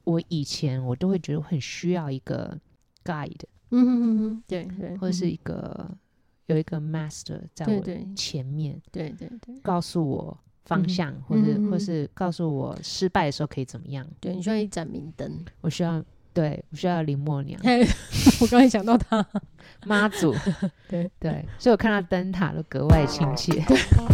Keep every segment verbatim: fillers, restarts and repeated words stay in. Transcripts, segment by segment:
我以前我都会觉得我很需要一个 guide， 嗯哼哼，对对， 或者是一个、嗯、有一个 master 在我前面， 对对 对, 对， 告诉我方向，嗯、或是、嗯、或是告诉我失败的时候可以怎么样。 对，你需要一盏明灯， 我需要，对，我需要林默娘。 我刚才想到他妈祖， 对对，所以我看到灯塔都格外亲切。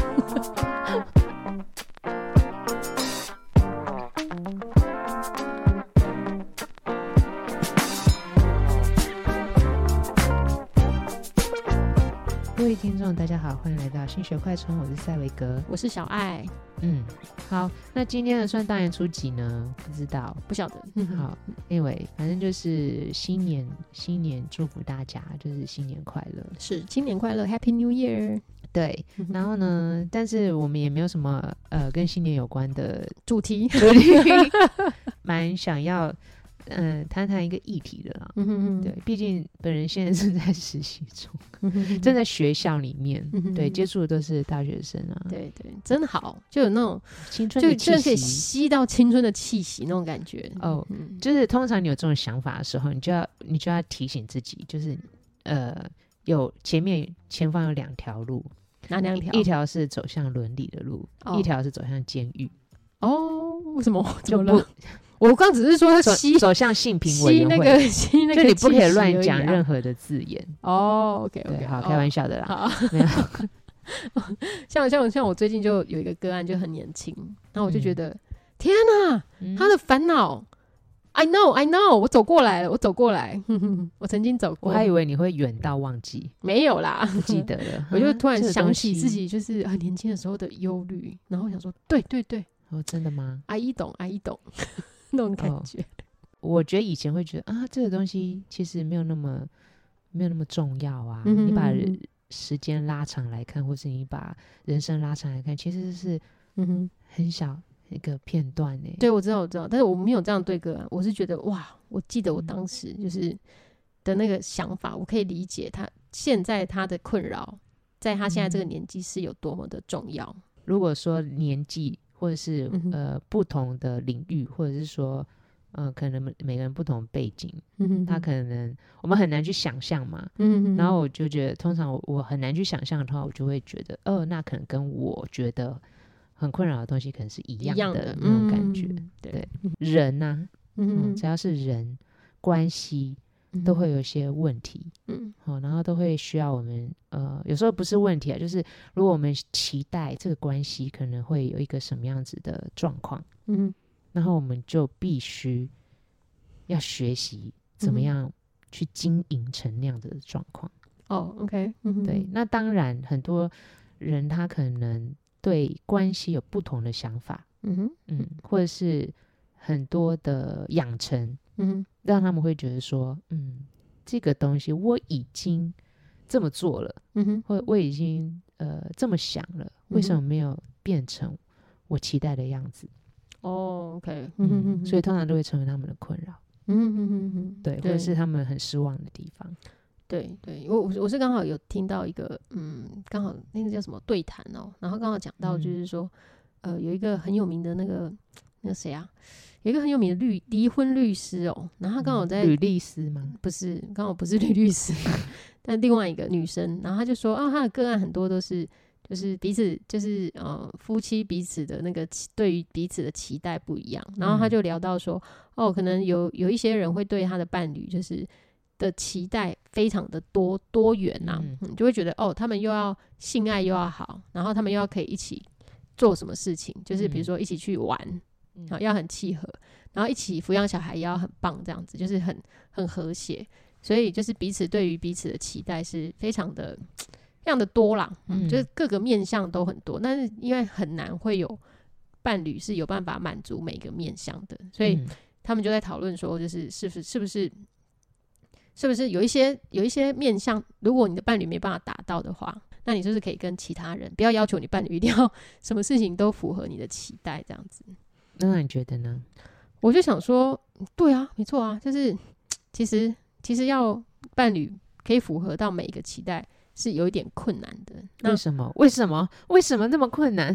各位听众大家好，欢迎来到新学快充，我是赛维格， 我是小爱。 嗯，好，那今天的算大年初几呢？不知道， 不晓得。 好 anyway 反正就是新年新年祝福大家，就是新年快乐， 是新年快乐 Happy New Year。 对，然后呢但是我们也没有什么呃跟新年有关的主题蛮想要嗯，谈谈一个议题的啦。嗯哼哼，对，毕竟本人现在是在实习中，嗯哼哼，正在学校里面，嗯哼哼，对，接触的都是大学生啊。 对对，真好，就有那种青春的气息， 就可以吸到青春的气息那种感觉。 哦，嗯，就是通常你有这种想法的时候，你就要你就要提醒自己，就是呃，有前面前方有两条路， 哪两条？ 一条是走向伦理的路，哦，一条是走向监狱。 哦，为什么？就不。我刚只是说吸走, 走向性平委员会， 吸那个吸那个， 就你不可以乱讲任何的字眼。 哦 ，OK OK， 好，开玩笑的啦。 好，没有。像像像我最近就有一个个案，就很年轻，然后我就觉得，嗯、天哪，嗯、他的烦恼 ，I know I know， 我走过来了，我走过来，我曾经走过。 我还以为你会远到忘记， 没有啦， 不记得了。 我就突然想起自己就是很年轻的时候的忧虑，然后想说，对对对， 哦，真的吗？ 阿姨懂，阿姨懂。那种感觉，哦， 我觉得以前会觉得啊，这个东西其实没有那么没有那么重要啊。嗯、你把时间拉长来看，或是你把人生拉长来看，其实是很小一个片段呢，欸。 对，我知道，我知道，但是我没有这样对个案，我是觉得哇，我记得我当时就是的那个想法，我可以理解他现在他的困扰，在他现在这个年纪是有多么的重要。嗯、 如果说年纪。或者是、嗯、呃不同的领域，或者是说呃可能每个人不同背景，嗯、他可能我们很难去想象嘛，嗯、然后我就觉得通常 我, 我很难去想象的话，我就会觉得哦，那可能跟我觉得很困扰的东西可能是一样 的, 一样的那种感觉。嗯、对, 对，人啊、 嗯嗯、只要是人关系都会有一些问题，嗯，好，然后都会需要我们，呃，有时候不是问题啊，就是如果我们期待这个关系可能会有一个什么样子的状况，嗯，然后我们就必须要学习怎么样去经营成那样子的状况。 哦 ，OK， 嗯， 对，那当然很多人他可能对关系有不同的想法，嗯哼，嗯，或者是很多的养成。嗯，让他们会觉得说，嗯，这个东西我已经这么做了，嗯哼，或我已经呃这么想了，为什么没有变成我期待的样子？ 哦 ，OK， 嗯哼哼，所以通常都会成为他们的困扰， 嗯哼哼哼， 对，或者是他们很失望的地方。 对对，我我是刚好有听到一个，嗯，刚好那个叫什么对谈哦，然后刚好讲到就是说，嗯、呃，有一个很有名的那个那个谁啊？有一个很有名的律离婚律师哦，然后他刚好在、 嗯、吕律师吗？ 不是，刚好不是吕律师，但另外一个女生，然后他就说啊，他的个案很多都是就是彼此就是呃夫妻彼此的那个对于彼此的期待不一样，然后他就聊到说，嗯、哦，可能有有一些人会对他的伴侣就是的期待非常的多多元啊，嗯嗯、就会觉得哦，他们又要性爱又要好，然后他们又要可以一起做什么事情，就是比如说一起去玩。嗯啊、要很契合，然后一起抚养小孩也要很棒，这样子就是很很和谐，所以就是彼此对于彼此的期待是非常的非常的多啦，嗯，就是各个面向都很多，但是因为很难会有伴侣是有办法满足每个面向的，所以他们就在讨论说，就是是不是是不是是不是有一些有一些面向，如果你的伴侣没办法达到的话，那你就是可以跟其他人，不要要求你伴侣一定要什么事情都符合你的期待，这样子。 那你觉得呢？ 我就想说，对啊，没错啊，就是其实其实要伴侣可以符合到每一个期待是有一点困难的。 为什么？为什么？为什么那么困难？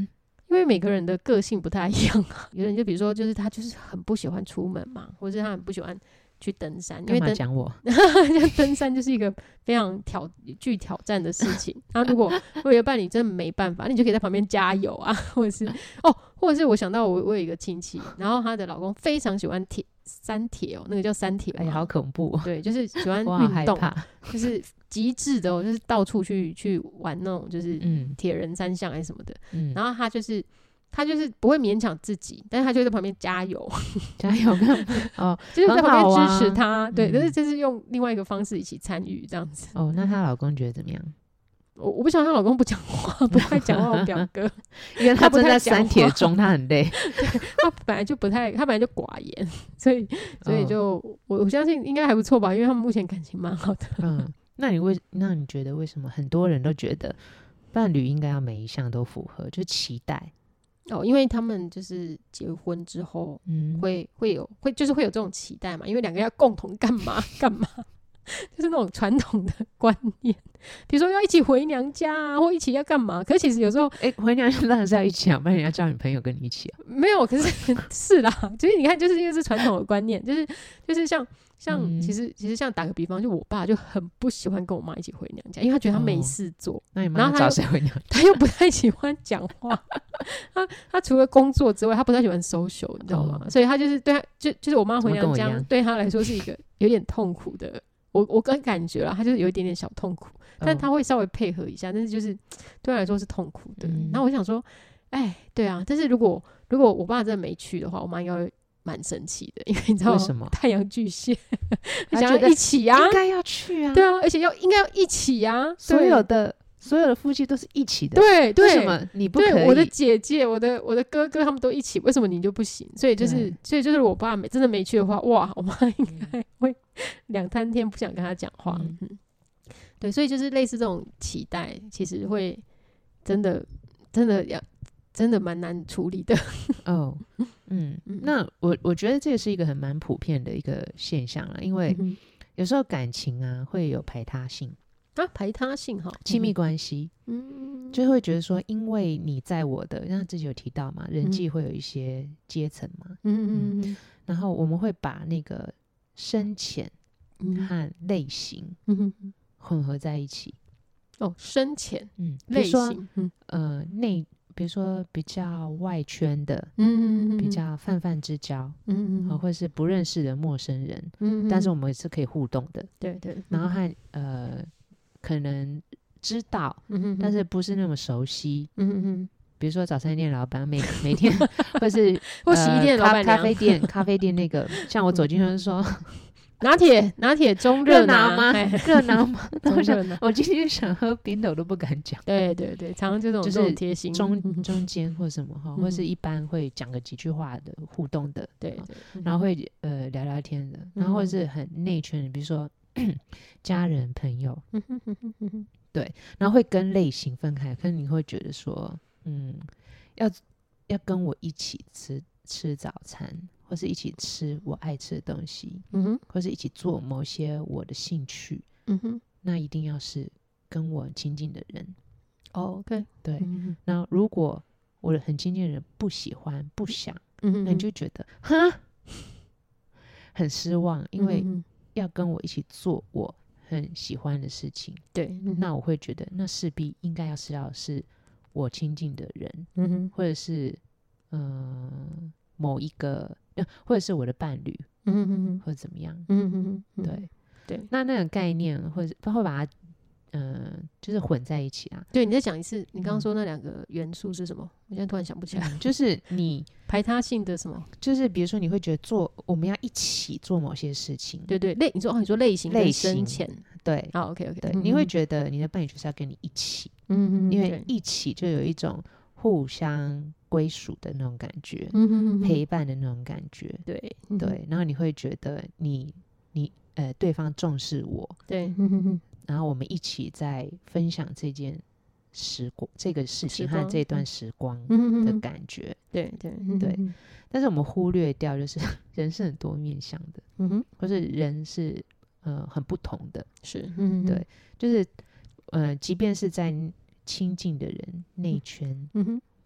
因为每个人的个性不太一样啊。有人就比如说，就是他就是很不喜欢出门嘛，或者是他很不喜欢去登山，因为登讲我登山就是一个非常挑具挑战的事情。然后如果如果有伴侣真的没办法，你就可以在旁边加油啊，或者是哦，或者是我想到我我有一个亲戚，然后她的老公非常喜欢铁三铁哦，那个叫三铁， 哎，好恐怖， 对，就是喜欢运动，就是极致的哦，就是到处去去玩那种就是铁人三项还是什么的，嗯、然后他就是。他就是不会勉强自己，但是他就在旁边加油， 加油干嘛？哦， 就是在旁边支持他， 啊、 对，但是就是用另外一个方式一起参与这样子。 哦，那她老公觉得怎么样？ 我我不晓得她老公不讲话，不太讲话，我表哥， 因为他正在三铁中，他很累， 他本来就不太，他本来就寡言，所以所以就、哦、我我相信应该还不错吧，因为他们目前感情蛮好的。 嗯，那你为那你觉得为什么很多人都觉得伴侣应该要每一项都符合，就是期待？ 哦，因为他们就是结婚之后，嗯，会会有会就是会有这种期待嘛，因为两个要共同干嘛干嘛，就是那种传统的观念，比如说要一起回娘家啊，或一起要干嘛。可是其实有时候， 哎、欸，回娘家当然是要一起啊，不然你要叫你朋友跟你一起啊。 没有，可是是啦，就是你看，就是因为是传统的观念，就是就是像。像、嗯、其实其实像打个比方，就我爸就很不喜欢跟我妈一起回娘家，因为他觉得他没事做。哦、 那你妈找谁回娘家？ 他又不太喜欢讲话，他他除了工作之外，他不太喜欢 social， 你知道吗？哦、所以他就是对他就就是我妈回娘家对他来说是一个有点痛苦的。我我个人感觉啦，他就是有一点点小痛苦，但他会稍微配合一下，但是就是对他来说是痛苦的。嗯、然后我想说，哎，对啊，但是如果如果我爸真的没去的话，我妈应该会。蛮生气的，因为你知道为什么太阳巨蟹想要一起啊， 应该要去啊， 对啊，而且要应该要一起啊， 所有的所有的夫妻都是一起的， 对对， 为什么你不可以？ 对，我的姐姐、我的我的哥哥他们都一起，为什么你就不行？所以就是所以就是我爸没真的没去的话，哇，我妈应该会两三天不想跟他讲话。嗯嗯，对，所以就是类似这种期待，其实会真的真的要。真的蛮难处理的哦，嗯，那我我觉得这个是一个很蛮普遍的一个现象啦，因为有时候感情啊会有排他性啊，排他性哈， 亲密关系，嗯，就会觉得说，因为你在我的，像之前有提到嘛，人际会有一些阶层嘛，嗯嗯，然后我们会把那个深浅和类型混合在一起， 哦，深浅，嗯，类型， 嗯呃内。比如说比较外圈的，嗯嗯嗯，比较泛泛之交，嗯嗯、呃，或是不认识的陌生人，嗯，但是我们是可以互动的， 对对。 然后和呃可能知道，嗯但是不是那么熟悉，嗯嗯。比如说早餐店老板每每天，或是或洗衣店老板娘、 呃、咖啡店咖啡店那个，像我走进去就说。 拿铁，拿铁中热拿吗？热拿吗？我想，我今天想喝冰的，我都不敢讲。 对对对，常常这种就是贴心中中间或什么哈，或是一般会讲个几句话的互动的， 对， 然后会呃聊聊天的，然后或是很内圈的，比如说家人朋友，对，然后会跟类型分开，可是你会觉得说，嗯，要要跟我一起吃吃早餐。或是一起吃我爱吃的东西，嗯哼，或是一起做某些我的兴趣，嗯哼，那一定要是跟我亲近的人。 哦 ，OK， 对。嗯、那如果我很亲近的人不喜欢、不想，嗯哼，那你就觉得哈很失望，因为要跟我一起做我很喜欢的事情， 对， 嗯、那我会觉得那势必应该要是要是我亲近的人，嗯哼，或者是嗯、呃、某一个。或者是我的伴侣，嗯哼哼，或者怎么样，嗯哼哼，对对， 那那个概念，或者会把它，嗯、呃，就是混在一起啊。 对，你再讲一次，你刚刚说那两个元素是什么？我现在突然想不起来。 嗯、就是你排他性的什么？ 就是比如说，你会觉得做我们要一起做某些事情， 对对，类你说哦，你说类型类型深浅， 对， 好 ，OK OK， 对，嗯、你会觉得你的伴侣就是要跟你一起，嗯嗯，因为一起就有一种互相。归属的那种感觉，嗯哼哼哼，陪伴的那种感觉， 对、 嗯、对，然后你会觉得你你呃对方重视我， 对、嗯哼哼， 然后我们一起在分享这件时光这个事情和这段时光的感觉， 嗯、对对、 嗯、对，但是我们忽略掉就是人是很多面向的，嗯哼，或是人是呃很不同的， 是，嗯对，就是呃即便是在亲近的人内圈，嗯哼。可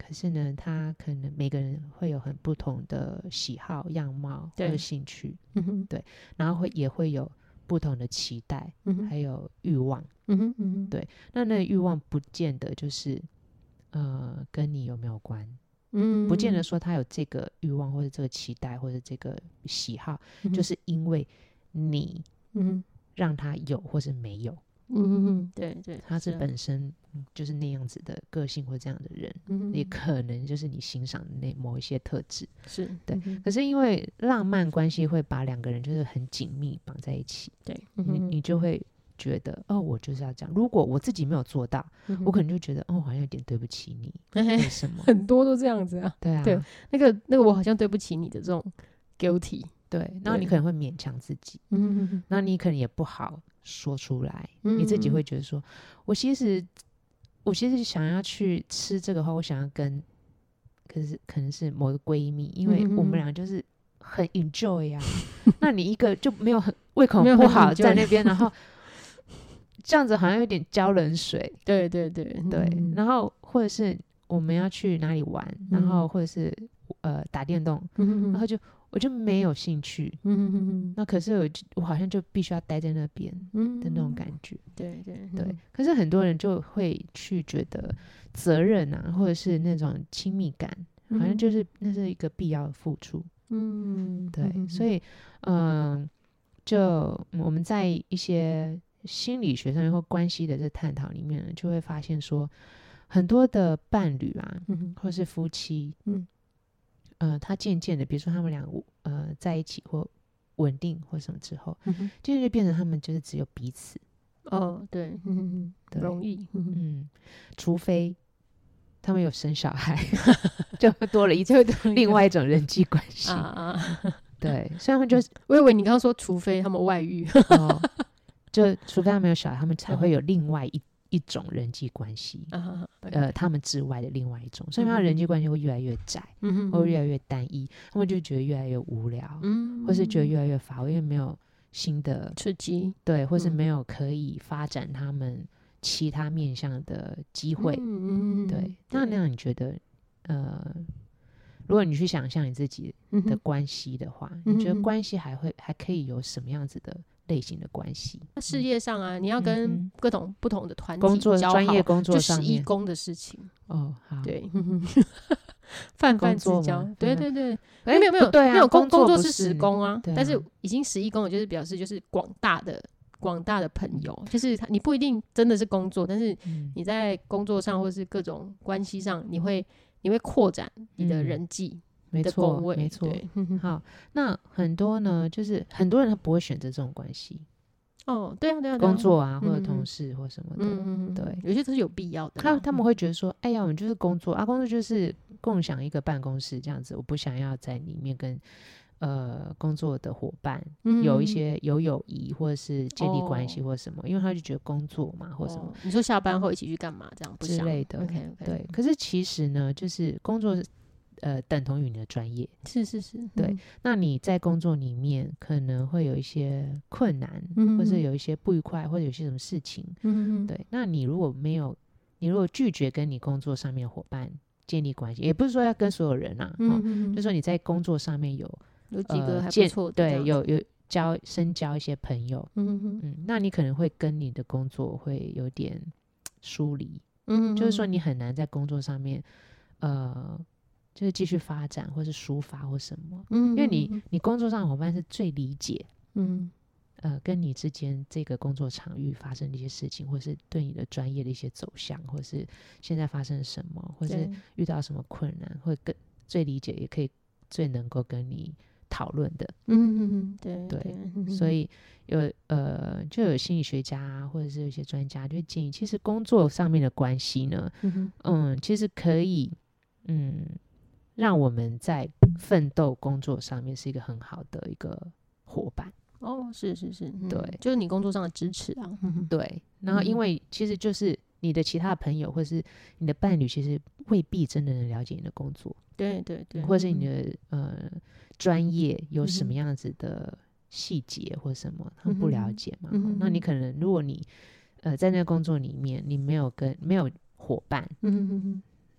可是呢他可能每个人会有很不同的喜好样貌和兴趣，嗯、对，然后会也会有不同的期待、嗯、还有欲望，嗯嗯、对，那那个欲望不见得就是呃跟你有没有关，嗯，不见得说他有这个欲望或者这个期待或者这个喜好、嗯、就是因为你让他有或是没有， 嗯，对对， 他是本身就是那样子的个性或这样的人、嗯、也可能就是你欣赏的那某一些特质， 是对、嗯、可是因为浪漫关系会把两个人就是很紧密绑在一起， 对、 嗯、你, 你就会觉得哦我就是要这样，如果我自己没有做到、嗯、我可能就觉得哦我好像有点对不起你、嗯、为什么很多都这样子啊， 对啊， 对，那个那个我好像对不起你的这种 guilty， 对，然后你可能会勉强自己，嗯，然后你可能也不好说出来、嗯、你自己会觉得说我其实我其实想要去吃这个话，我想要跟可是可能是某个闺蜜，因为我们俩就是很 enjoy 啊那你一个就没有很胃口不好在那边然后这样子好像有点浇冷水， 对对对对、嗯、然后或者是我们要去哪里玩、嗯、然后或者是呃打电动、嗯、然后就我就没有兴趣，嗯，那可是 我, 我好像就必须要待在那边的那种感觉， 嗯、对对对、嗯，可是很多人就会去觉得责任啊或者是那种亲密感、嗯、好像就是那是一个必要的付出，嗯，对，嗯、所以嗯、呃，就我们在一些心理学上面或关系的这探讨里面呢，就会发现说很多的伴侣啊、嗯、或是夫妻，嗯，呃，他渐渐的比如说他们俩呃在一起或稳定或什么之后，渐渐、嗯、就变成他们就是只有彼此， 哦对，嗯，对，容易， 嗯，除非他们有生小孩就多了一就另外一种人际关系啊啊，对，所以他们就我以为你刚刚说除非他们外遇哦，就除非他们有小孩他们才会有另外一一种人际关系、uh-huh, 呃，他们之外的另外一种，所以他的人际关系会越来越窄、嗯、或越来越单一，他们就觉得越来越无聊、嗯、或是觉得越来越乏味，因为没有新的刺激， 对，或是没有可以发展他们其他面向的机会、嗯、对，那那样你觉得呃，如果你去想象你自己的关系的话、嗯、你觉得关系还会还可以有什么样子的类型的关系？ 事业上啊、嗯、你要跟各种不同的团体工作专业工作上面就十一宫的事情哦，好， 对泛泛之交，对对对， 没有没有没有对啊，没有工工作是十宫啊，但是已经十一宫了，就是表示就是广大的广大的朋友，就是你不一定真的是工作，但是你在工作上或是各种关系上，你会你会扩展你的人际。嗯， 没错没错，好，那很多呢就是很多人他不会选择这种关系哦，对啊对啊， 工作啊、嗯、或者同事或什么的， 嗯，对，有些都是有必要的， 他他们会觉得说哎呀我们就是工作啊，工作就是共享一个办公室这样子，我不想要在里面跟呃工作的伙伴、嗯、有一些有友谊或者是建立关系或什么、哦、因为他就觉得工作嘛或什么、哦、 你说下班后一起去干嘛这样不想之类的 okay, okay. 对，可是其实呢就是工作呃，等同于你的专业， 是是是， 对、嗯。那你在工作里面可能会有一些困难，嗯、或者有一些不愉快，或者有些什么事情，嗯、对。那你如果没有，你如果拒绝跟你工作上面的伙伴建立关系，也不是说要跟所有人啊，嗯哦、就是说你在工作上面有有几个还不错的、 呃，对，有有交深交一些朋友，嗯嗯，那你可能会跟你的工作会有点疏离，嗯，就是说你很难在工作上面，呃。就是继续发展或是抒发或什么、嗯、因为你你工作上的伙伴是最理解嗯呃跟你之间这个工作场域发生的一些事情，或是对你的专业的一些走向，或是现在发生什么，或是遇到什么困难，会更最理解，也可以最能够跟你讨论的， 嗯对对, 对、 嗯、 所以有呃就有心理学家、啊、或者是有一些专家就会建议，其实工作上面的关系呢 嗯, 嗯其实可以嗯让我们在奋斗工作上面是一个很好的一个伙伴哦，是是是、嗯、 对， 就是你工作上的支持啊、 嗯、对，然后因为其实就是你的其他朋友或是你的伴侣其实未必真的能了解你的工作， 对对对， 或是你的、嗯、呃专业有什么样子的细节或什么、嗯、他们不了解嘛、嗯、那你可能如果你呃在那个工作里面你没有跟没有伙伴，嗯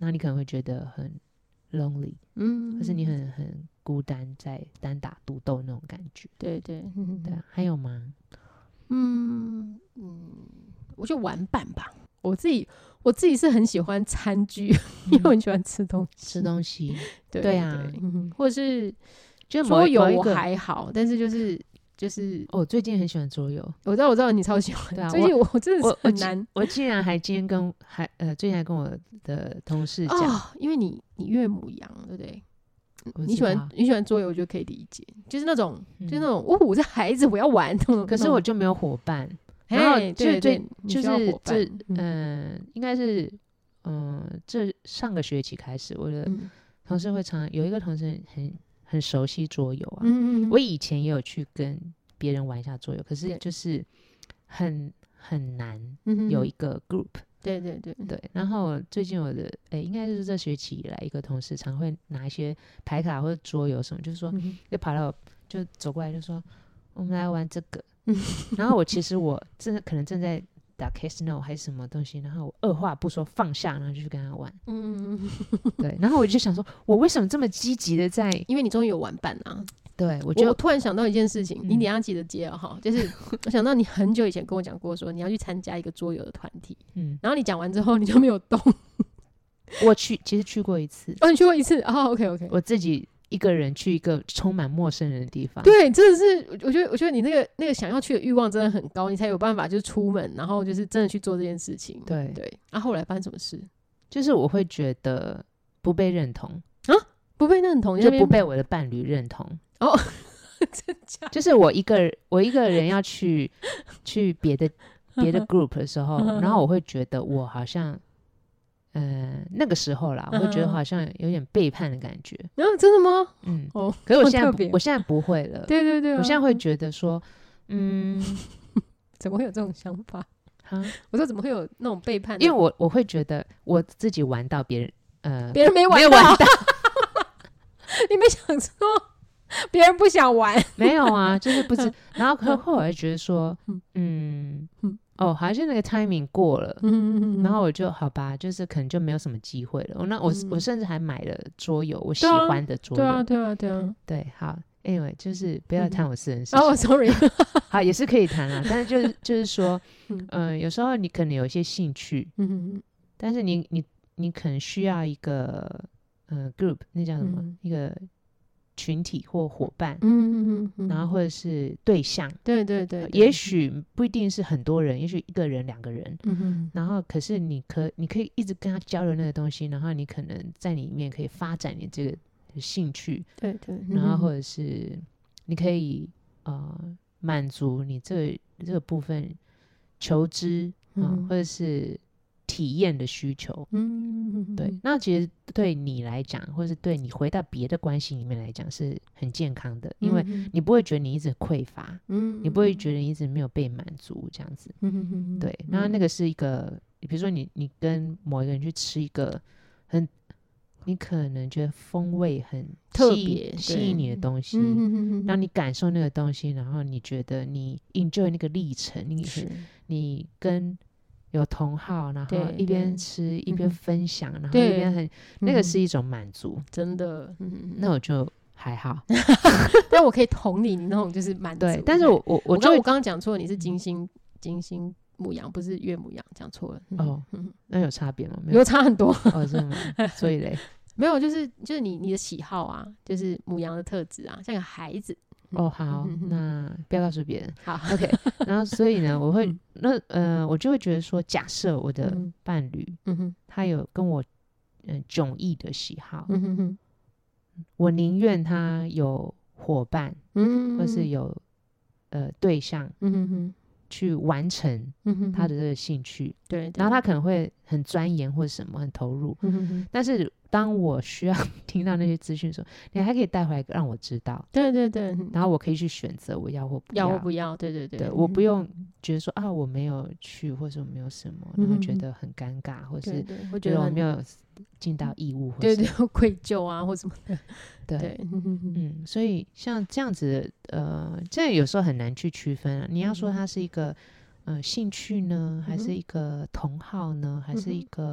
然后你可能会觉得很 lonely， 嗯，可是你很很孤单，在单打独斗那种感觉。 对对对啊，还有吗？ 嗯嗯，我就玩伴吧。我自己我自己是很喜欢餐具，因为我很喜欢吃东西。 吃东西， 对对啊， 对嗯、或者是就桌游我还好，但是就是就是我、哦、最近很喜欢桌游。 我知道我知道你超喜欢。 对啊， 最近我真的是很难。 我, 我, 我竟然还今天跟还呃最近还跟我的同事讲、哦， 因为你你岳母羊，对不对？你喜欢你喜欢桌游，我觉得可以理解，就是那种、嗯、就是那种哦，我这孩子我要玩那种。 可是我就没有伙伴，然后就对对， 就是这嗯、呃，应该是嗯、呃，这上个学期开始，我的同事会常有一个同事很很熟悉桌游啊。嗯嗯，我以前也有去跟别人玩一下桌游，可是就是很很难有一个 group。 对对对对，然后最近我的诶，应该是这学期以来一个同事常会拿一些牌卡或者桌游什么，就是说就跑到就走过来就说我们来玩这个，然后我其实我真的可能正在打 Casino 还是什么东西，然后我二话不说放下，然后就去跟他玩。嗯，对，然后我就想说，我为什么这么积极的在？ 因为你终于有玩伴啊。 对，我就我突然想到一件事情，嗯、你等一下记得接了哈。就是我想到你很久以前跟我讲过，说你要去参加一个桌游的团体，嗯，然后你讲完之后你就没有动。 我去，其实去过一次。 哦，你去过一次哦 ，OK OK。 我自己一个人去一个充满陌生人的地方。 对，真的是，我觉得，我觉得你那个那个想要去的欲望真的很高，你才有办法就是出门，然后就是真的去做这件事情。 对对。啊，后来发生什么事？ 就是我会觉得不被认同啊，不被认同， 就不被我的伴侣认同。哦，真假？就是我一个我一个人要去去别的别的 group 的时候，然后我会觉得我好像，呃，那个时候啦，我会觉得好像有点背叛的感觉。 啊，真的吗？ 嗯，哦，可是我现在不我现在不会了。 对对对、啊， 我现在会觉得说，嗯， 怎么会有这种想法？我说怎么会有那种背叛？ 因为我我会觉得我自己玩到别人，呃， 别人没玩到， 没玩到你没想说别人不想玩？ 没有啊，就是不知。然后可后来觉得说，嗯，哦，好像那个 timing 过了，嗯、然后我就好吧，就是可能就没有什么机会了。那我、嗯、我甚至还买了桌游，我喜欢的桌游。 对啊，对啊，对啊， 对，好。Anyway， 就是不要谈我私人事情。 哦、oh, ，sorry， 好，也是可以谈啊，但是就是就是说，嗯、呃，有时候你可能有一些兴趣，嗯、但是你你你可能需要一个呃 group， 那叫什么？嗯、一个群体或伙伴，嗯嗯嗯，然后或者是对象， 对对 对, 对， 也许不一定是很多人，也许一个人、两个人，嗯然后可是你可你可以一直跟他交流那个东西，然后你可能在里面可以发展你这个兴趣， 对对， 然后或者是你可以呃满足你这个这个部分求知啊、呃嗯，或者是体验的需求，嗯，对，那其实对你来讲，或者是对你回到别的关系里面来讲是很健康的，因为你不会觉得你一直匮乏，嗯，你不会觉得你一直没有被满足这样子，嗯，对，那那个是一个，比如说你你跟某一个人去吃一个很。你可能觉得风味很特别吸引你的东西，嗯、让你感受那个东西，然后你觉得你 enjoy 那个历程，你你跟有同好，然后一边吃一边分享，然后一边很那个是一种满足， 真的。 嗯、那我就还好， 但我可以同理你那种就是满足。 对，但是我我我刚我刚刚讲错，你是金星金星。母羊不是月母羊，讲错了。 哦，嗯、那有差别吗？ 没有，有差很多。 哦，真的吗？所以嘞， 没有，就是就是你你的喜好啊，就是母羊的特质啊，像个孩子。 哦，好，嗯、那不要告诉别人。 好 ，OK。然后所以呢，我会、嗯、那呃，我就会觉得说，假设我的伴侣，嗯哼，他有跟我嗯迥异的喜好，嗯哼哼，我宁愿他有伙伴，嗯，或是有呃对象，嗯哼哼。去完成他的这个兴趣， 嗯、对, 对， 然后他可能会很钻研或者什么很投入，嗯、但是当我需要听到那些资讯的时候，你还可以带回来让我知道， 对对对， 然后我可以去选择我要或不要， 要或不要，对对 对, 对，我不用觉得说啊我没有去或者我没有什么，然后觉得很尴尬，或是觉得我没有尽到义务， 对对，愧疚啊或什么的， 对，对嗯，所以像这样子，呃，这有时候很难去区分啊。你要说它是一个呃兴趣呢，还是一个同好呢，还是一个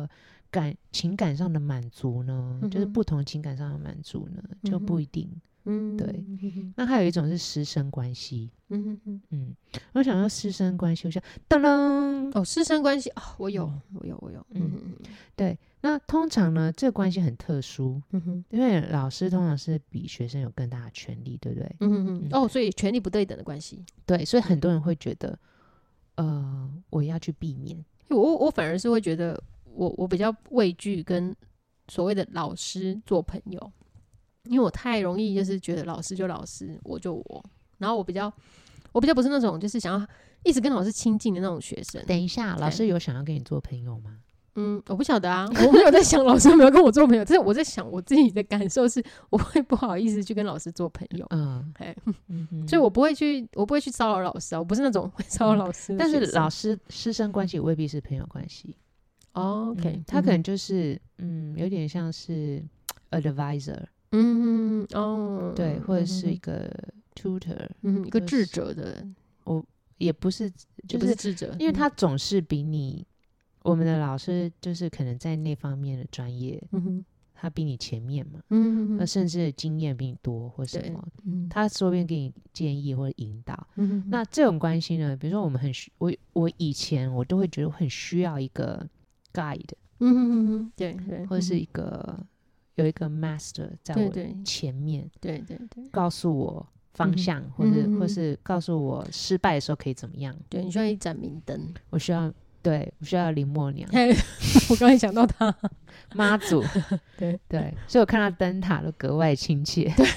感情感上的满足呢、嗯、就是不同情感上的满足呢、嗯、就不一定。嗯，对。嗯、那还有一种是师生关系。嗯嗯嗯，我想到师生关系，我想噔噔哦，师生关系哦，我有，嗯、我有，我有。嗯嗯嗯，对。那通常呢，这个关系很特殊，嗯哼，因为老师通常是比学生有更大的权利，对不对？ 嗯哼嗯，哦，所以权力不对等的关系。 对，所以很多人会觉得，呃，我要去避免。 我我反而是会觉得我，我我比较畏惧跟所谓的老师做朋友，因为我太容易就是觉得老师就老师，我就我，然后我比较我比较不是那种就是想要一直跟老师亲近的那种学生。 等一下，老师有想要跟你做朋友吗？ 嗯，我不晓得啊，我没有在想老师有没有跟我做朋友，但是我在想我自己的感受是，我会不好意思去跟老师做朋友。嗯，嗯所以我不会去，我不会去骚扰老师啊，我不是那种会骚扰老师的、嗯。 但是老师师生关系未必是朋友关系。 哦 ，OK，、嗯、 他可能就是嗯，有点像是 advisor， 嗯哦， 对，或者是一个 tutor， 嗯，一个智者的， 我也不是，就是不是智者， 因为他总是比你。我们的老师就是可能在那方面的专业、嗯、他比你前面嘛，嗯、那甚至经验比你多或什么、嗯、他说不定给你建议或者引导、嗯、那这种关系呢，比如说我们很我我以前我都会觉得我很需要一个 guide， 嗯对对， 或者是一个有一个 master 在我前面， 对对对， 告诉我方向、嗯、或是、嗯、或是告诉我失败的时候可以怎么样。 对，你需要一盏明灯， 我需要，对，我需要林默娘。 我刚才想到她妈祖， 对对，所以我看到灯塔都格外亲切。 对，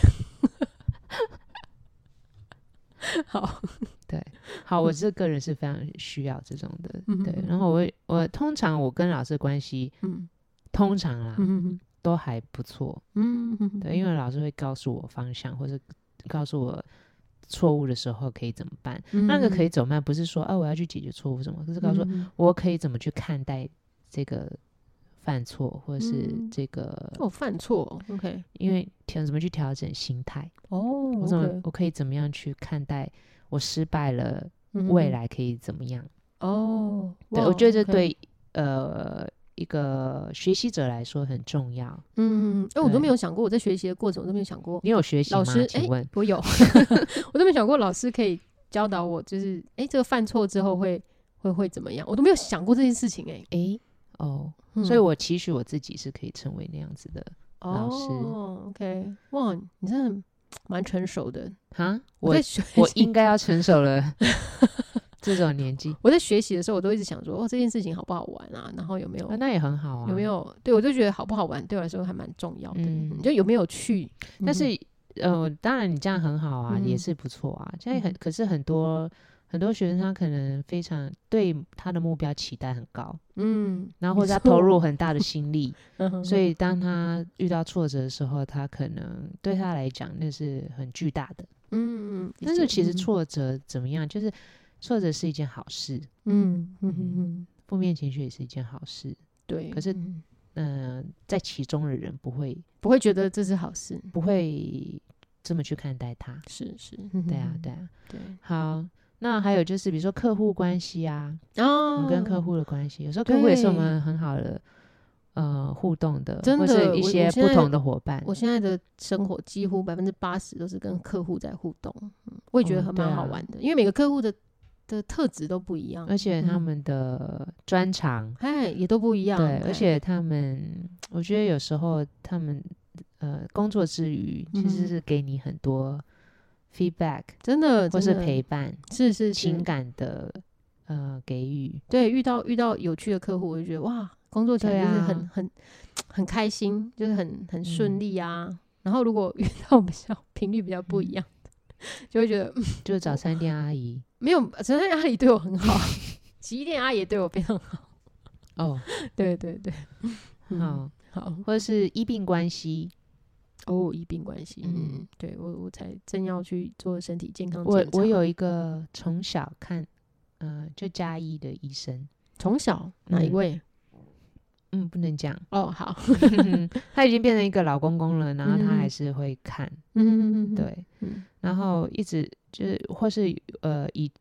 好， 对，好，我这个人是非常需要这种的，嗯、对。然后我我通常我跟老师的关系，嗯，通常啦，嗯、都还不错，嗯，对，因为老师会告诉我方向，或者告诉我错误的时候可以怎么办、嗯、那个可以怎么办不是说、啊、我要去解决错误什么，可是告诉我、嗯、我可以怎么去看待这个犯错，或者是这个、 嗯、哦犯错 OK， 因为怎么去调整心态哦， 我怎么、okay. 我可以怎么样去看待我失败了、嗯、未来可以怎么样哦， 对，我觉得这对、okay. 呃一个学习者来说很重要。 嗯，哎、欸，我都没有想过，我在学习的过程我都没有想过。 你有学习吗？ 老师， 请问、欸、 我有，我都没有想过老师可以教导我，就是哎、欸，这个犯错之后会会会怎么样？我都没有想过这件事情、欸。哎，哎，哦、嗯， 所以我期许我自己是可以成为那样子的老师。 哦 ，OK， 哇，你真的蛮成熟的哈，我我应该要成熟了。这种年纪， 我在学习的时候，我都一直想说，哦，这件事情好不好玩啊？然后有没有？ 啊、那也很好啊。 有没有？对，我就觉得好不好玩，对我来说还蛮重要的。嗯，就有没有趣？ 但是，嗯、呃，当然你这样很好啊，嗯、也是不错啊。现在很，可是很多很多学生他可能非常对他的目标期待很高，嗯，然后或者他投入很大的心力，所以当他遇到挫折的时候，他可能对他来讲那是很巨大的。嗯嗯。但是其实挫折怎么样，就是。挫折是一件好事，嗯嗯嗯，负面情绪也是一件好事， 对。 可是，嗯、呃，在其中的人不会不会觉得这是好事， 不会这么去看待它。 是是， 对啊对啊对。 好，那还有就是，比如说客户关系啊，哦，我们跟客户的关系，有时候客户也是我们很好的呃互动的， 真的， 或是一些不同的伙伴。 我现在的生活几乎百分之八十都是跟客户在互动，嗯、我也觉得很蛮好玩的，哦啊、因为每个客户的。的特质都不一样， 而且他们的专长哎、嗯、也都不一样， 对，而且他们我觉得有时候他们呃工作之余其实是给你很多 feedback、嗯、 真的或是陪伴， 是是情感的呃给予。 对，遇到遇到有趣的客户，我就觉得哇，工作起来就是很、啊、很很开心，就是很很顺利啊、嗯、然后如果遇到比较频率比较不一样的、嗯、就會覺得、嗯、 就是早餐店阿姨没有，早餐店阿姨对我很好洗衣店阿姨也对我非常好哦， 对对对， 好好， 或者是医病关系哦，医病关系，嗯，对我我才正要去做身体健康检查。 我我有一个从小看呃就家医的医生， 从小哪一位？ 嗯，不能讲哦，好他已经变成一个老公公了，然后他还是会看，嗯，对，嗯，然后一直就是或是呃以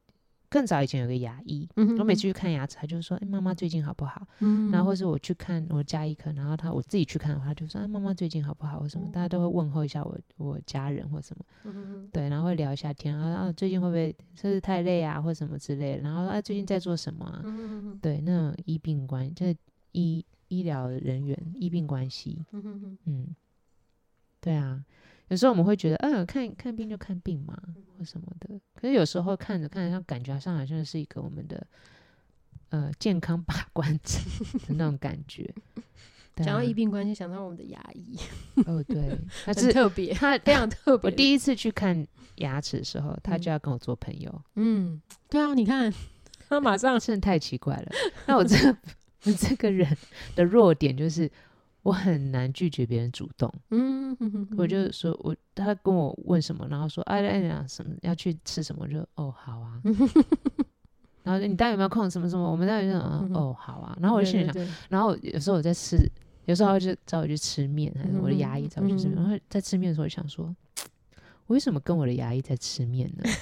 更早以前有个牙医， 嗯、 我每次去看牙齿，他就说：“哎、欸，妈妈最近好不好？”嗯、然后或是我去看我家医科，然后他我自己去看的话，他就说：“啊，妈妈最近好不好？”或什么，大家都会问候一下我我家人或什么，嗯、对，然后会聊一下天，然后啊最近会不会是不是太累啊，或什么之类的，然后啊最近在做什么啊？嗯、对，那种医病关就是医医疗人员医病关系，嗯嗯，对啊。有时候我们会觉得，嗯，看看病就看病嘛，或什么的。可是有时候看着看着，感觉上好像是一个我们的呃健康把关者的那种感觉。 讲、啊、到医病关系，想到我们的牙医。 哦，对，他是很特别， 他非常特别。 我第一次去看牙齿的时候，他就要跟我做朋友。 嗯，对啊，你看他马上， 真的太奇怪了。那我这个我这个人的弱点就是。我很难拒绝别人主动，嗯，哼哼哼我就说我他跟我问什么，然后说哎哎呀什么要去吃什么，就哦好啊，然后你待会有没有空什么什么，我们待会就嗯哦好啊，然后我就心里想，对对对然后有时候我在吃，有时候就找我去吃面，还是我的牙医找我去吃面，然后在吃面的时候我就想说，我为什么跟我的牙医在吃面呢？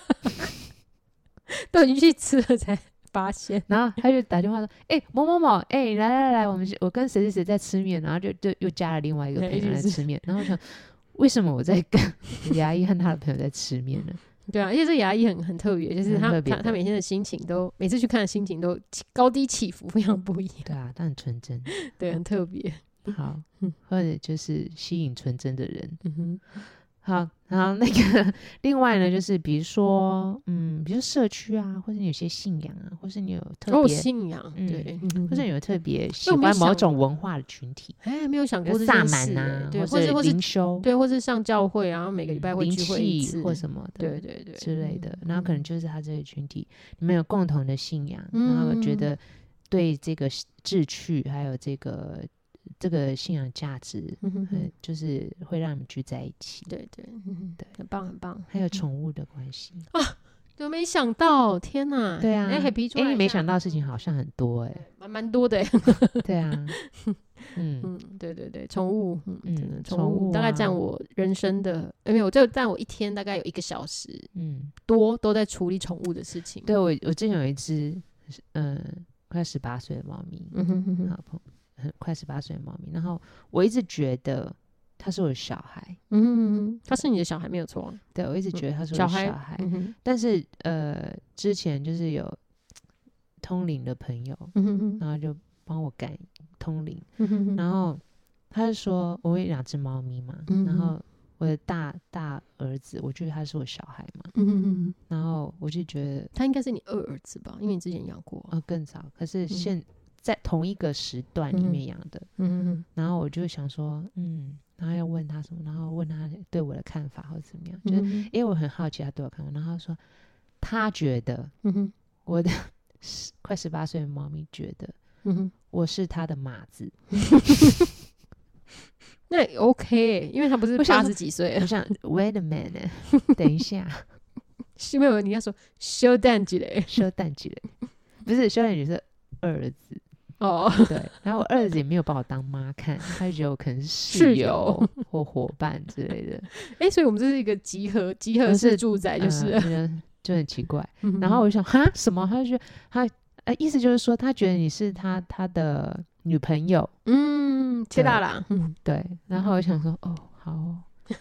都已经去吃了才。发现， 然后他就打电话说：“哎、欸，某某某，哎、欸，来来来，我们我跟谁谁谁在吃面，然后就就又加了另外一个朋友来吃面，然后我想，为什么我在跟牙医和他的朋友在吃面呢？ 对啊，而且这牙医很很特别，就是他他他每天的心情都，每次去看的心情都高低起伏非常不一样。 对啊，他很纯真， 对，很特别。 好，或者就是吸引纯真的人。嗯哼。”好，然后那个另外呢，就是比如说，嗯，比如说社区啊，或者你有些信仰啊，或是你有特别、 哦、信仰， 嗯、 对， 或者你有特别喜欢某种文化的群体， 哎，没有想过这萨满啊， 对， 或者灵修， 对，或是上教会，然后每个礼拜会聚会一次或什么的， 对对对之类的，然后可能就是他这个群体，你们有共同的信仰，嗯、然后觉得对这个志趣还有这个。这个信仰价值、嗯，就是会让你们聚在一起。 对对、嗯、对，很棒很棒。 还有宠物的关系啊，就没想到，天哪！ 对啊， 哎、欸，皮出来， 哎，你没想到的事情好像很多哎、欸， 蛮蛮多的哎、 欸。对啊， 嗯嗯，对对对，宠物，嗯，真的宠物大概占我人生的，因为我就占我一天大概有一个小时，嗯，多都在处理宠物的事情。 对我，我之前有一只，嗯、呃，快十八岁的猫咪，嗯哼哼哼，好朋友。很快十八岁的猫咪，然后我一直觉得他是我的小孩， 嗯，他是你的小孩没有错， 对我一直觉得他是我的小孩， 小孩嗯、 但是呃，之前就是有通灵的朋友，嗯、然后就帮我改通灵、嗯，然后他就说我有两只猫咪嘛、嗯，然后我的大大儿子，我觉得他是我小孩嘛，嗯、然后我就觉得他应该是你二儿子吧，因为你之前养过， 哦，更早，可是现、嗯在同一个时段里面养的、嗯嗯，然后我就想说，嗯，然后要问他什么，然后问他对我的看法或者怎么样，嗯、就是因为我很好奇他对我看法，然后他说他觉得，嗯、我的快十八岁的猫咪觉得、嗯，我是他的马子， 那 OK， 因为他不是八十几岁， 我想 wait a minute， 等一下， 是没有你要说修蛋鸡嘞， 修蛋鸡嘞，不是修蛋鸡是儿子。哦，对，然后我儿子也没有把我当妈看，他就觉得我可能是室友或伙伴之类的。 哎、欸，所以我们这是一个集合集合式住宅，就是、 呃、就很奇怪。嗯、然后我就想，哈，什么？他就觉得他呃，意思就是说，他觉得你是他他的女朋友。 嗯，切大了。 嗯，对。然后我想说，哦，好哦。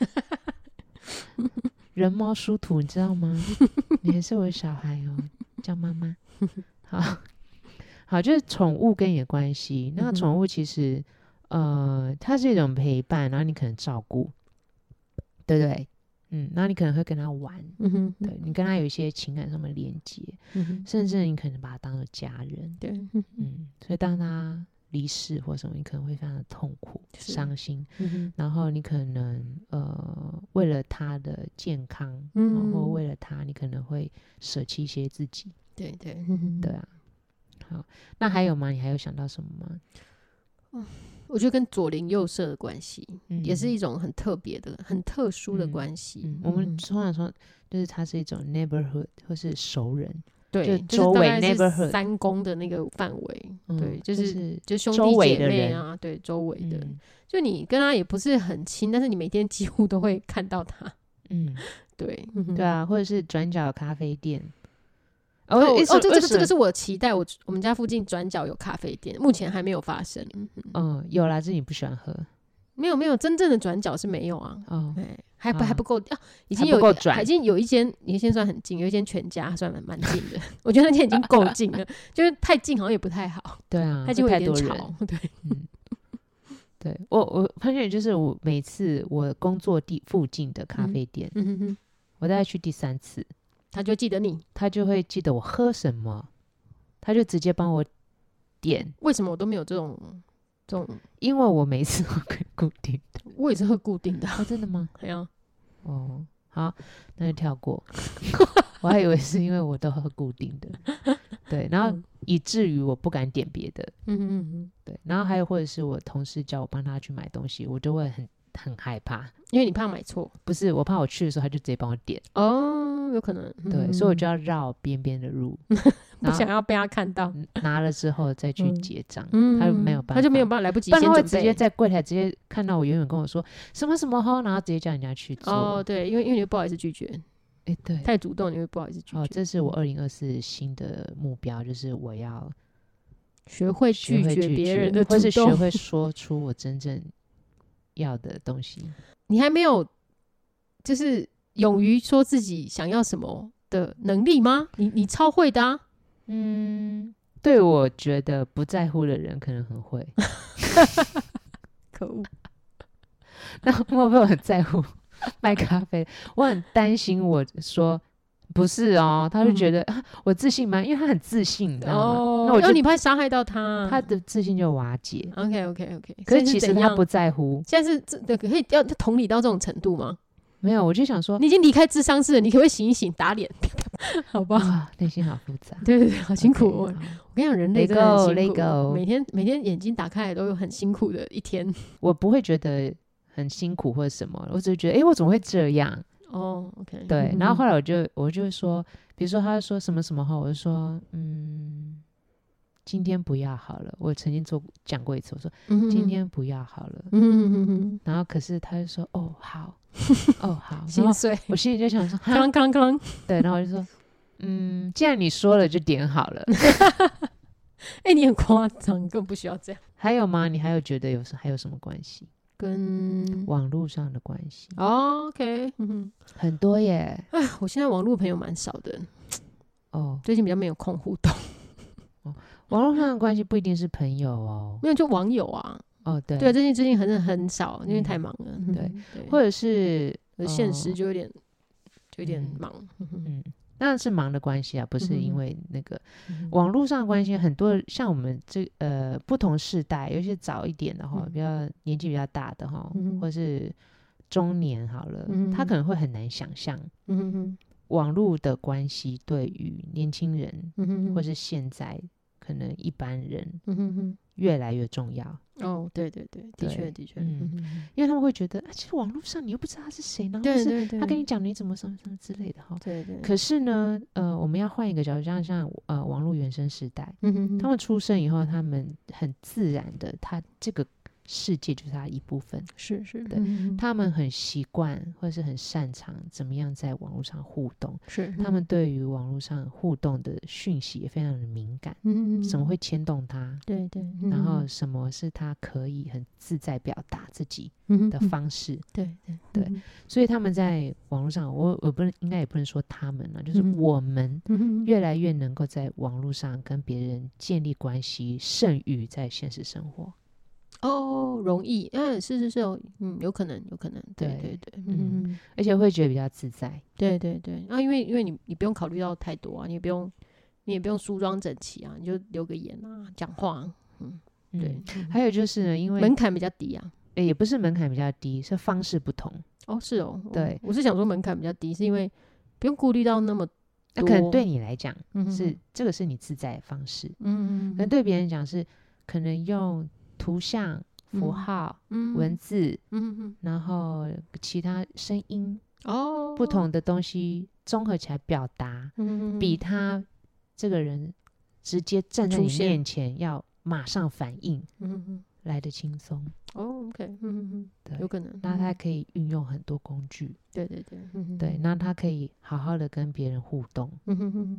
人猫殊途，你知道吗？你还是我的小孩哦，叫妈妈。好。好，就是宠物跟你的关系。那宠物其实，呃，它是一种陪伴，然后你可能照顾，对不对？嗯，然后你可能会跟它玩，嗯哼，对你跟它有一些情感上的连接，嗯，甚至你可能把它当做家人， 对， 嗯，所以当它离世或什么，你可能会非常的痛苦、伤心，嗯，然后你可能呃，为了它的健康，嗯，或为了它，你可能会舍弃一些自己， 对对， 对啊。好，那还有吗？你还有想到什么吗？ 嗯，我觉得跟左邻右舍的关系、嗯、也是一种很特别的、很特殊的关系、嗯嗯。 我们通常说，就是它是一种 neighborhood 或是熟人， 对， 就周围 neighborhood、 就是、三公的那个范围、嗯，对，就是、就是、就兄弟姐妹啊，对，周围的、嗯，就你跟他也不是很亲，但是你每天几乎都会看到他，嗯，对， 对啊，或者是转角咖啡店。 哦哦，这这个这个是我期待，我我们家附近转角有咖啡店，目前还没有发生。 嗯，嗯有啦，是你不喜欢喝。 没有没有，真正的转角是没有啊。哦，还不、啊、还不够啊，已经有已经有一间，一间算很近，有一间全家算蛮近的。我觉得那间已经够近了，就是太近好像也不太好。 对啊， 太近会有点吵。对， 嗯，对我我发现就是我每次我工作地附近的咖啡店，嗯嗯嗯我大概去第三次， 他就记得你， 他就会记得我喝什么，他就直接帮我点。 为什么我都没有这种？这种因为我每次都喝固定的， 我也是喝固定的。 哦，真的吗？ 对啊。 哦，好，那就跳过。我还以为是因为我都喝固定的，对，然后以至于我不敢点别的。嗯嗯嗯，对，然后还有或者是我同事叫我帮他去买东西，我就会很很害怕， 因为你怕买错。 不是，我怕我去的时候他就直接帮我点。 哦，有可能。 对，嗯、所以我就要绕边边的路。 不想要被他看到， 拿了之后再去结账、嗯，他就没有办法， 他就没有办法来不及先准备，不然他会直接在柜台直接看到我远远跟我说什么什么然后直接叫人家去做。 哦，对，因为因为你不好意思拒绝， 哎、欸，对， 太主动你会不好意思拒绝。 哦，这是我二零二四新的目标，就是我要学会拒绝别人的主动， 或是学会说出我真正要的东西。 你还没有就是勇于说自己想要什么的能力吗？你你超会的啊。 嗯，对，我觉得不在乎的人可能很会。 可恶！ 那我没有很在乎卖咖啡，我很担心我说不是哦，他就觉得、嗯啊、我自信吗？因为他很自信，你知道吗？ 哦， 那我就你怕伤害到他， 他的自信就瓦解。 OK OK OK， 可是其实他不在乎。 现在是这可以要同理到这种程度吗？ 没有，我就想说， 你已经离开諮商室了，你可不可以醒一醒，打脸？好不好？ 内心好复杂。 对对对，好辛苦。我、okay, 我跟你讲，人类真的很辛苦， go, 每天每天眼睛打开来都有很辛苦的一天。 我不会觉得很辛苦或者什么，我只是觉得，哎、欸，我怎么会这样？ 哦、oh, ，OK， 对。然后后来我就我就说，比如说他说什么什么后，我就说，嗯，今天不要好了。我曾经做讲过一次，我说、嗯、今天不要好了。嗯、然后可是他就说，哦，好。哦，好， 心碎。 我心里就想说， 吭吭吭， 对，然后我就说，嗯，既然你说了，就点好了。 哎、欸，你很夸张，根本不需要这样。 还有吗？你还有觉得有还有什么关系？ 跟网络上的关系？ 哦 ，OK， 嗯， 很多耶。 哎，我现在网络朋友蛮少的。 哦， 最近比较没有空互动。 哦，网络上的关系不一定是朋友哦， 没有就网友啊。 哦，对对，最近最近很很少，因为太忙了。嗯、 对, 对，或者是现实就有点、呃、就有点忙。 嗯，嗯当然是忙的关系啊，不是因为那个、嗯、网络上的关系。很多像我们这呃不同世代，有些早一点的哈、嗯，比较年纪比较大的哈、嗯，或是中年好了、嗯，他可能会很难想象，嗯，网络的关系对于年轻人，嗯，或是现在可能一般人，嗯，越来越重要。 哦，对对对，的确的确，嗯， 因为他们会觉得，啊、其实网络上你又不知道他是谁，然后对对对， 他跟你讲你怎么什么什么之类的哈。 对对。 可是呢，呃，我们要换一个角度，像像呃网络原生时代，嗯，他们出生以后，他们很自然的，他这个世界就是他的一部分， 是是， 对，嗯、他们很习惯或是很擅长怎么样在网络上互动， 是他们对于网络上互动的讯息也非常的敏感，嗯，什么会牵动他， 对对， 嗯，然后什么是他可以很自在表达自己的方式，嗯、 对对对，嗯，所以他们在网络上，我我不能应该也不能说他们了，就是我们越来越能够在网络上跟别人建立关系，胜于在现实生活。 哦，容易，嗯，是是是，嗯，有可能，有可能，对对对，嗯， 嗯，而且会觉得比较自在， 对对对，啊，因为因为你你不用考虑到太多啊，你也不用你也不用梳妆整齐啊，你就留个言啊，讲话，嗯，对， 嗯，还有就是呢，因为门槛比较低啊， 欸，也不是门槛比较低，是方式不同。 哦，是哦， 对， 我是想说门槛比较低，是因为不用顾虑到那么多， 那可能对你来讲，嗯，是这个是你自在的方式，嗯，可能对别人讲是可能用图像、符号、嗯、文字，嗯，然后其他声音，哦，不同的东西综合起来表达，嗯，比他这个人直接站在你面前要马上反应，嗯，来得轻松。 哦 ，OK， 嗯嗯，有可能。 那他可以运用很多工具， 对对对，嗯， 对，那他可以好好的跟别人互动，嗯哼哼，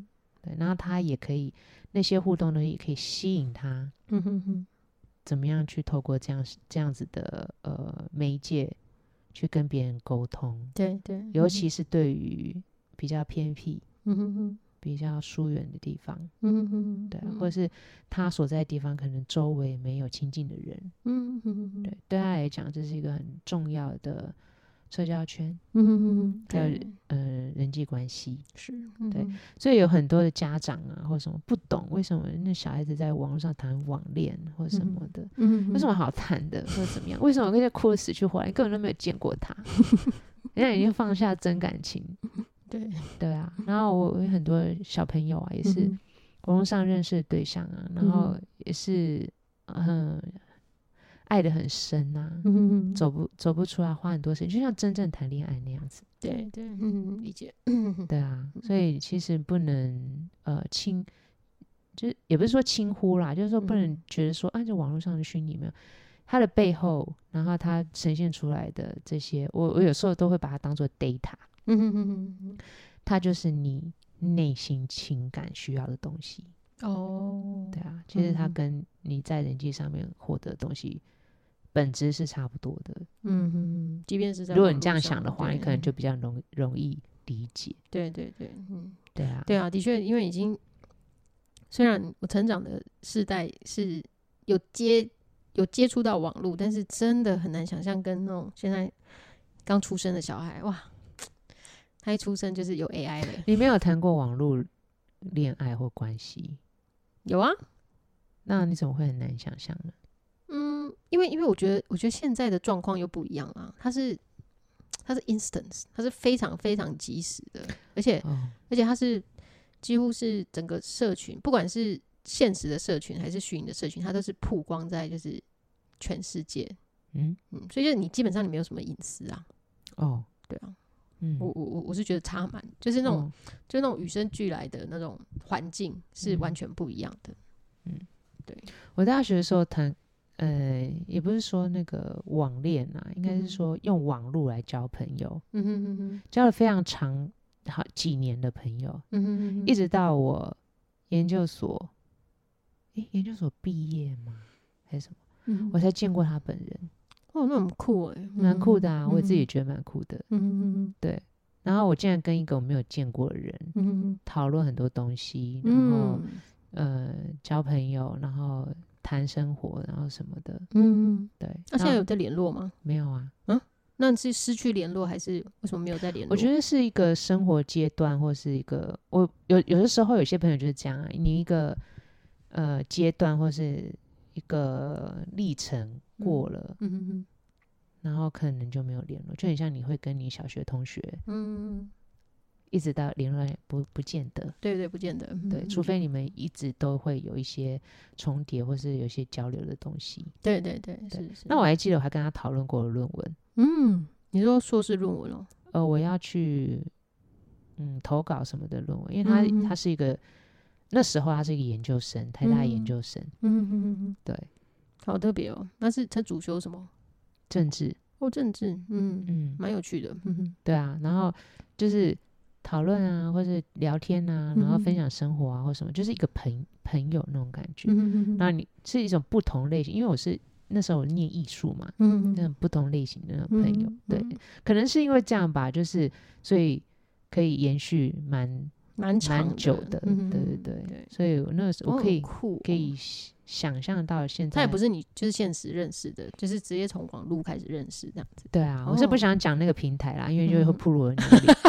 对，然后他也可以那些互动呢也可以吸引他， 嗯哼哼， 怎么样去透过这样这样子的呃媒介去跟别人沟通， 对对， 尤其是对于比较偏僻， 嗯哼哼， 比较疏远的地方， 嗯哼哼， 对、啊，或者是他所在的地方可能周围没有亲近的人， 嗯哼哼， 对，对他来讲这是一个很重要的社交圈， 嗯哼哼， 还有呃人际关系， 是， 对，所以有很多的家长啊或什么不懂为什么那小孩子在网络上谈网恋或什么的，嗯，有什么好谈的或者怎么样，为什么可以哭得死去活来，你根本都没有见过他，人家已经放下真感情， 对对啊，然后我有很多小朋友啊也是网络上认识的对象啊，然后也是嗯爱得很深啊，嗯、走不走不出来，花很多时间，就像真正谈恋爱那样子。 对对，嗯，理解。 对啊，所以其实不能呃轻，就是也不是说轻忽啦，就是说不能觉得说、嗯、啊，这网络上的虚拟没有它的背后，然后它呈现出来的这些，我我有时候都会把它当做 data， 嗯哼哼哼，它就是你内心情感需要的东西。哦，对啊，其实它跟你在人际上面获得的东西本质是差不多的。嗯哼，即便是在如果你这样想的话，你可能就比较容容易理解。 对对对，嗯， 对啊， 对啊，的确，因为已经虽然我成长的世代是有接有接触到网络，但是真的很难想象跟那种现在刚出生的小孩，哇，他一出生就是有 A I 了。 你没有谈过网络恋爱或关系？ 有啊， 那你怎么会很难想象呢？ 嗯，因为因为我觉得，我觉得现在的状况又不一样啊。它是它是 instant， 它是非常非常及时的，而且、哦、而且它是几乎是整个社群，不管是现实的社群还是虚拟的社群，它都是曝光在就是全世界。嗯嗯，所以就你基本上你没有什么隐私啊。哦，对啊。嗯，我我我是觉得差蛮，就是那种、哦、就那种与生俱来的那种环境是完全不一样的。嗯，对。 我大学的时候谈，呃，也不是说那个网恋啊，应该是说用网络来交朋友。嗯哼哼哼，交了非常长好几年的朋友。嗯哼哼哼，一直到我研究所，诶，研究所毕业吗？还是什么？嗯，我才见过他本人。 哦，那很酷哎， 蛮酷的啊、嗯！我自己也觉得蛮酷的。嗯哼哼，对。然后我竟然跟一个我没有见过的人讨论、嗯、很多东西，然后、嗯、呃交朋友，然后谈生活，然后什么的。嗯，对。 那、啊、现在有在联络吗？ 没有啊。 嗯，那是失去联络，还是为什么没有在联络？ 我觉得是一个生活阶段，或是一个我有有的时候有些朋友就是这样啊，你一个呃阶段或是一个历程过了，嗯哼哼，然后可能就没有联络，就很像你会跟你小学同学，嗯，一直到联络不不见得， 对对，不见得， 对，嗯、除非你们一直都会有一些重叠或是有一些交流的东西， 对对对， 对是是。 那我还记得我还跟他讨论过论文， 嗯，你说硕士论文哦？ 呃，我要去嗯投稿什么的论文，因为他、嗯、他是一个那时候他是一个研究生，台大研究生，嗯嗯嗯，对。 好特别哦，那是他主修什么？ 政治哦，政治，嗯嗯，蛮有趣的，嗯， 对啊，然后就是讨论啊，或是聊天啊，然后分享生活啊，或什么，就是一个朋朋友那种感觉。嗯然后你是一种不同类型，因为我是那时候我念艺术嘛，嗯那种不同类型的那种朋友，嗯、对，可能是因为这样吧，就是所以可以延续蛮蛮长久的，嗯、对对 对, 对，所以我那时候我可以、哦、可以想象到现在， 他也不是你就是现实认识的，就是直接从网路开始认识这样子。 对啊，哦、我是不想讲那个平台啦，因为就会暴露我的年龄。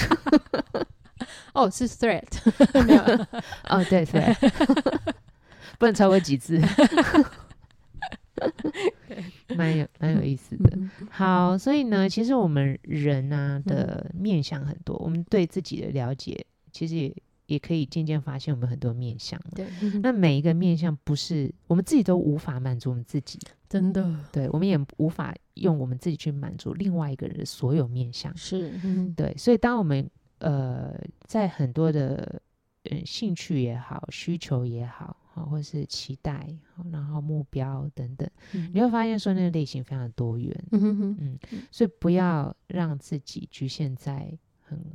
哦，是 Thread 没有？ 哦，对 Thread， 不能超过几字。蛮有蛮有意思的。好，所以呢，其实我们人啊的面向很多，我们对自己的了解，其实也。也可以渐渐发现我们很多面向，对，那每一个面向不是我们自己都无法满足我们自己， 真的， 对，我们也无法用我们自己去满足另外一个人的所有面向， 是，嗯、 对，所以当我们呃在很多的、呃、兴趣也好，需求也好，或是期待，然后目标等等，嗯、你会发现说那个类型非常多元，嗯哼哼嗯，所以不要让自己局限在很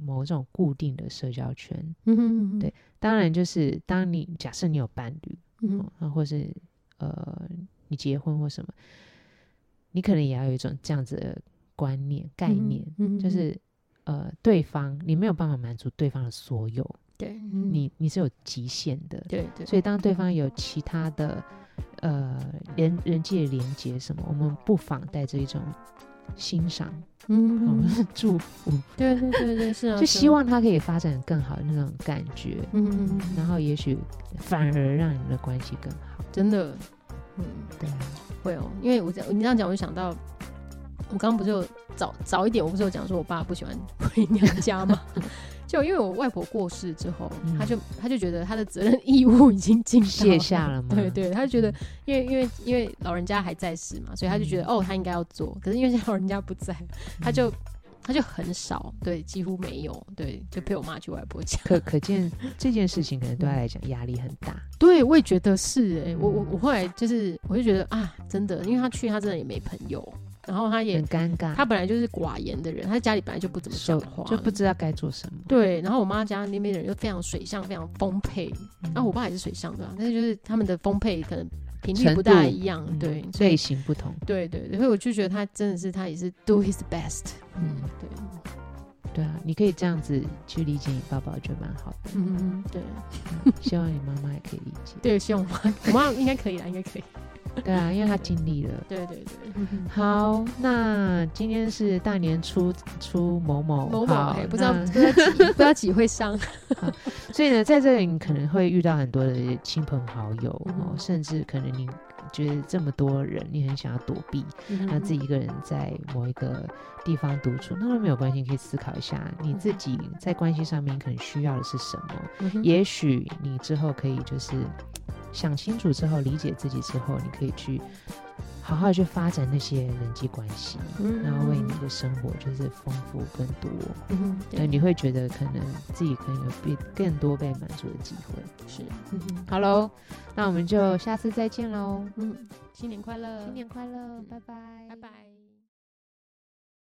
某种固定的社交圈。嗯哼嗯哼，对，当然就是当你假设你有伴侣，嗯哼，或是呃你结婚或什么，你可能也要有一种这样子的观念概念，嗯哼，就是呃对方你没有办法满足对方的所有， 对， 嗯、你你是有极限的， 对对， 所以当对方有其他的呃人人际的连接什么，我们不妨带着一种欣赏，嗯，嗯祝福， 对对对对，是啊， 就希望他可以发展更好的那种感觉， 嗯， 然后也许反而让你们的关系更好， 真的，嗯， 对， 会哦，因为我你这样讲，我就想到，我刚刚不是有早早一点，我不是有讲说我爸不喜欢回娘家吗？就因为我外婆过世之后，嗯、他就他就觉得他的责任义务已经尽卸下了嘛， 对对，他就觉得因为因为因为老人家还在世嘛，所以他就觉得、嗯、哦他应该要做，可是因为现在老人家不在，他就、嗯、他就很少，对，几乎没有，对，就陪我妈去外婆家。 可可见这件事情可能对他来讲压力很大。 对，我也觉得是哎、欸，我我我后来就是我就觉得啊，真的，因为他去他真的也没朋友。然后他也很尴尬， 他本来就是寡言的人，他家里本来就不怎么讲话， 就不知道该做什么。 对，然后我妈家那边的人就非常水象，非常丰沛，然、嗯、后、啊、我爸也是水象的、啊，但是就是他们的丰沛可能频率不大一样，对， 嗯、类型不同。 对对对，所以我就觉得他真的是他也是 do his best， 嗯，对。 对啊，你可以这样子去理解你爸爸，我觉得蛮好的。 嗯，对， 嗯、希望你妈妈也可以理解。 对，希望我妈，我妈应该可以啦，应该可以。 对啊，因为他经历了。 对对对。 好，那今天是大年初初某某某某，不知道不知道几不知道几会上。 所以呢，在这里你可能会遇到很多的亲朋好友，嗯哦、甚至可能你觉得这么多人，你很想要躲避，嗯、让自己一个人在某一个地方独处，那都没有关系，你可以思考一下你自己在关系上面可能需要的是什么。嗯、也许你之后可以就是想清楚之后，理解自己之后，你可以去好好去发展那些人际关系，嗯、然后为你的生活就是丰富更多。嗯，对，你会觉得可能自己可能有被更多被满足的机会。 是， 嗯、好喽，那我们就下次再见喽。 嗯，新年快乐， 新年快乐，拜拜， 拜拜。